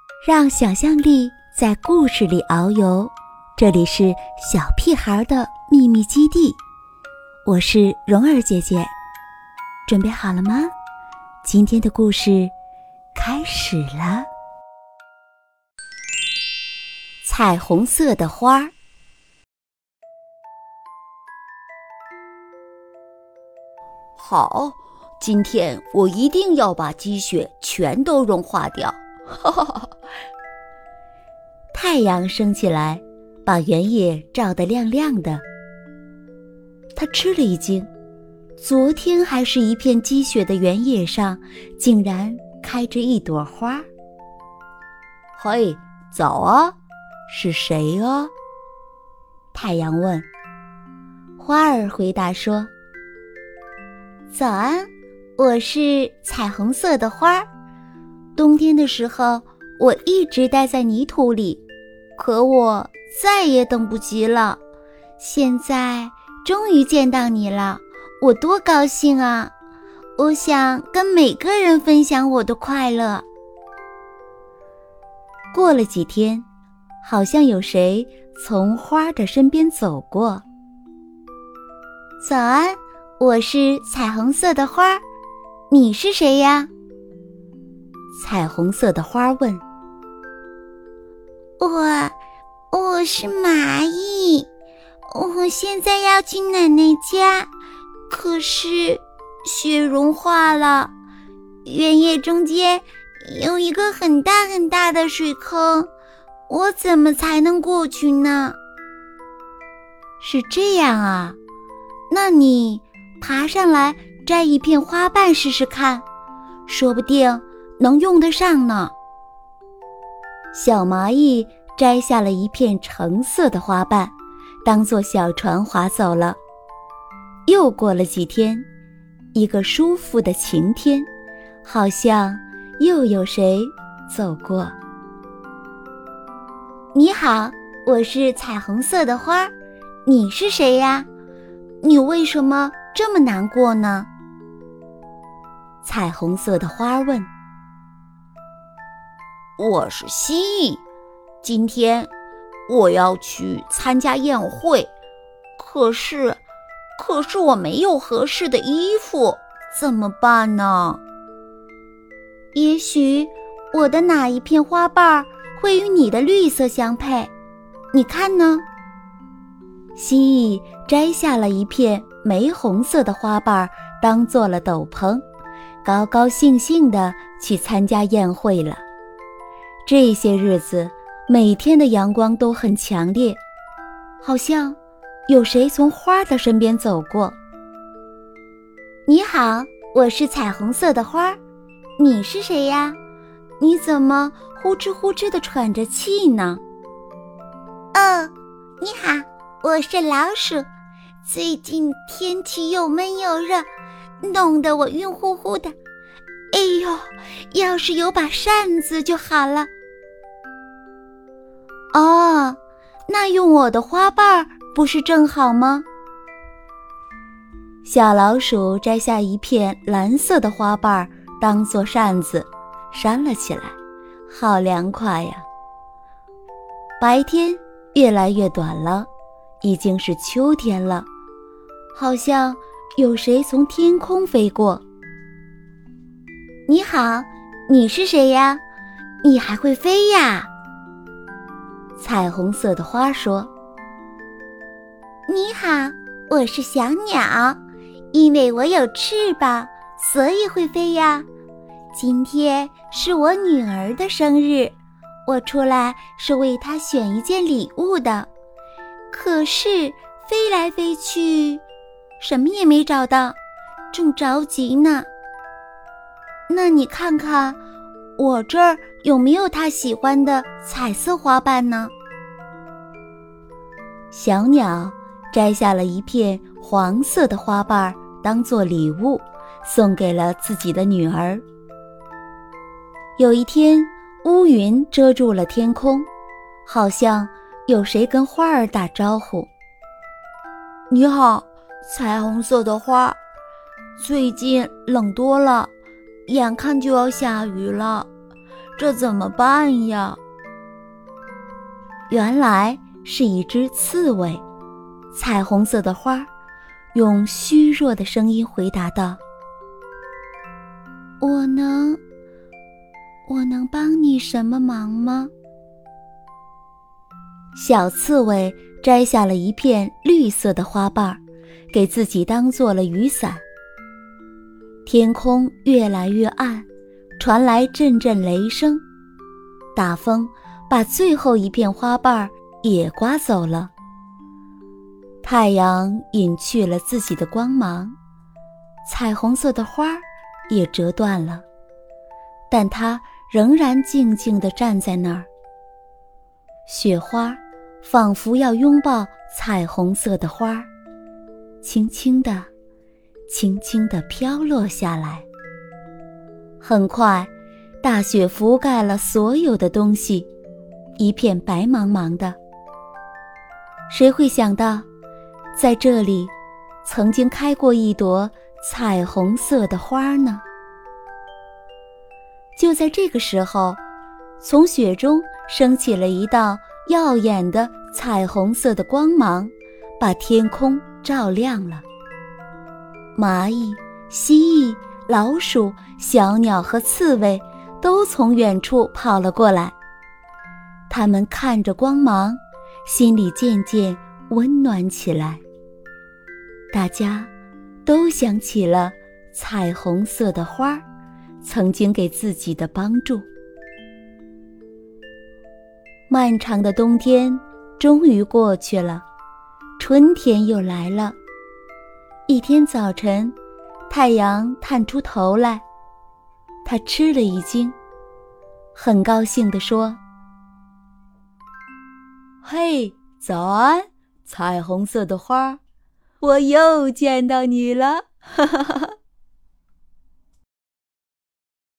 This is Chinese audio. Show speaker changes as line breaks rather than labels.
让想象力在故事里遨游，这里是小屁孩的秘密基地，我是蓉儿姐姐，准备好了吗？今天的故事开始了。彩虹色的花儿。
好，今天我一定要把积雪全都融化掉。哈哈哈！
太阳升起来，把原野照得亮亮的。他吃了一惊，昨天还是一片积雪的原野上，竟然开着一朵花。
嘿，早啊，是谁啊？
太阳问。花儿回答说：早安，我是彩虹色的花儿。冬天的时候，我一直待在泥土里，可我再也等不及了。现在终于见到你了，我多高兴啊！我想跟每个人分享我的快乐。过了几天，好像有谁从花的身边走过。早安，我是彩虹色的花，你是谁呀？彩虹色的花问。我是蚂蚁，我现在要去奶奶家，可是雪融化了，原野中间有一个很大很大的水坑，我怎么才能过去呢？是这样啊，那你爬上来摘一片花瓣试试看，说不定能用得上呢。小蚂蚁摘下了一片橙色的花瓣，当作小船划走了。又过了几天，一个舒服的晴天，好像又有谁走过。你好，我是彩虹色的花，你是谁呀？你为什么这么难过呢？彩虹色的花问。
我是蜥蜴，今天我要去参加宴会，可是我没有合适的衣服，怎么办呢？
也许我的哪一片花瓣会与你的绿色相配，你看呢？蜥蜴摘下了一片玫红色的花瓣当做了斗篷，高高兴兴地去参加宴会了。这些日子每天的阳光都很强烈，好像有谁从花的身边走过。你好，我是彩虹色的花，你是谁呀？你怎么呼哧呼哧地喘着气呢？
你好，我是老鼠，最近天气又闷又热，弄得我晕乎乎的。哎呦，要是有把扇子就好了。
哦，那用我的花瓣不是正好吗？小老鼠摘下一片蓝色的花瓣当作扇子，扇了起来，好凉快呀！白天越来越短了，已经是秋天了，好像有谁从天空飞过。你好，你是谁呀？你还会飞呀？彩虹色的花说。
你好，我是小鸟，因为我有翅膀，所以会飞呀。今天是我女儿的生日，我出来是为她选一件礼物的，可是飞来飞去，什么也没找到，正着急呢。那你看看我这儿有没有她喜欢的彩色花瓣呢？
小鸟摘下了一片黄色的花瓣当作礼物，送给了自己的女儿。有一天，乌云遮住了天空，好像有谁跟花儿打招呼。
你好，彩虹色的花，最近冷多了，眼看就要下雨了， 这怎么办呀？”
原来是一只刺猬，彩虹色的花用虚弱的声音回答道：“我能帮你什么忙吗？”小刺猬摘下了一片绿色的花瓣，给自己当做了雨伞。天空越来越暗，传来阵阵雷声，大风把最后一片花瓣也刮走了。太阳隐去了自己的光芒，彩虹色的花也折断了，但它仍然静静地站在那儿。雪花仿佛要拥抱彩虹色的花，轻轻地飘落下来。很快，大雪覆盖了所有的东西，一片白茫茫的。谁会想到，在这里曾经开过一朵彩虹色的花呢？就在这个时候，从雪中升起了一道耀眼的彩虹色的光芒，把天空照亮了。蚂蚁、蜥蜴、老鼠、小鸟和刺猬都从远处跑了过来，它们看着光芒，心里渐渐温暖起来。大家都想起了彩虹色的花曾经给自己的帮助。漫长的冬天终于过去了，春天又来了。一天早晨，太阳探出头来，他吃了一惊，很高兴地说：“
嘿，早安，彩虹色的花，我又见到你了，哈哈哈哈。”